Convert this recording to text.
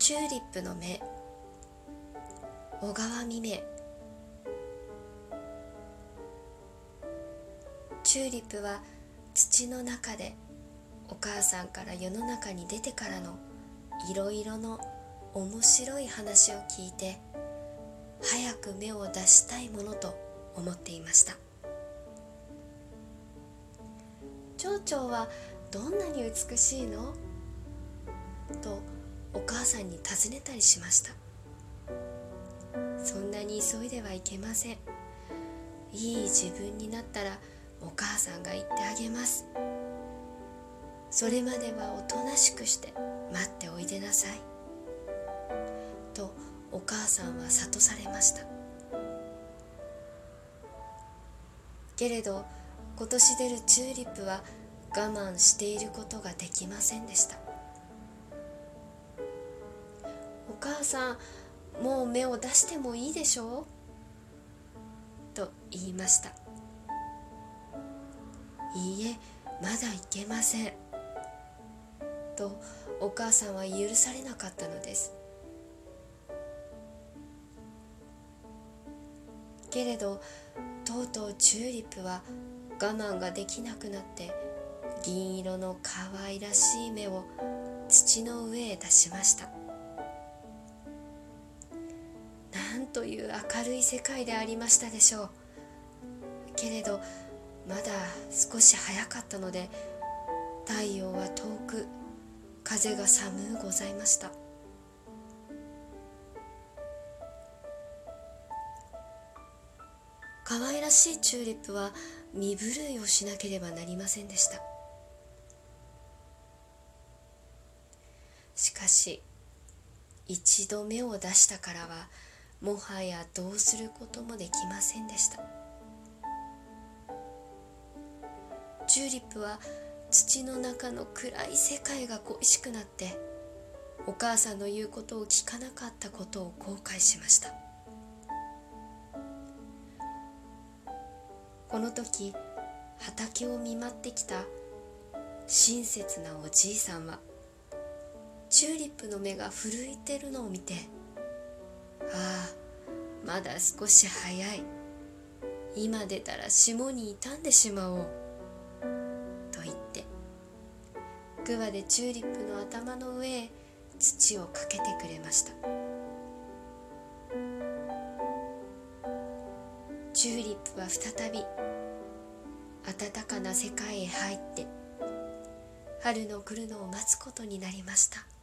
チューリップの芽、小川未明。チューリップは土の中でお母さんから世の中に出てからのいろいろの面白い話を聞いて、早く芽を出したいものと思っていました。蝶々はどんなに美しいのとお母さんに尋ねたりしました。そんなに急いではいけません。いい自分になったらお母さんが言ってあげます。それまではおとなしくして待っておいでなさいとお母さんは諭されました。けれど今年出るチューリップは我慢していることができませんでした。お母さん、もう芽を出してもいいでしょうと言いました。いいえ、まだいけませんとお母さんは許されなかったのです。けれどとうとうチューリップは我慢ができなくなって銀色の可愛らしい芽を土の上へ出しました。なんという明るい世界でありましたでしょう。けれどまだ少し早かったので太陽は遠く、風が寒うございました。可愛らしいチューリップは身震いをしなければなりませんでした。しかし一度芽を出したからはもはやどうすることもできませんでした。チューリップは土の中の暗い世界が恋しくなってお母さんの言うことを聞かなかったことを後悔しました。この時畑を見舞ってきた親切なおじいさんはチューリップの芽が震いてるのを見て、ああ、まだ少し早い、今出たら霜に傷んでしまおうと言ってくわでチューリップの頭の上へ土をかけてくれました。チューリップは再び暖かな世界へ入って春の来るのを待つことになりました。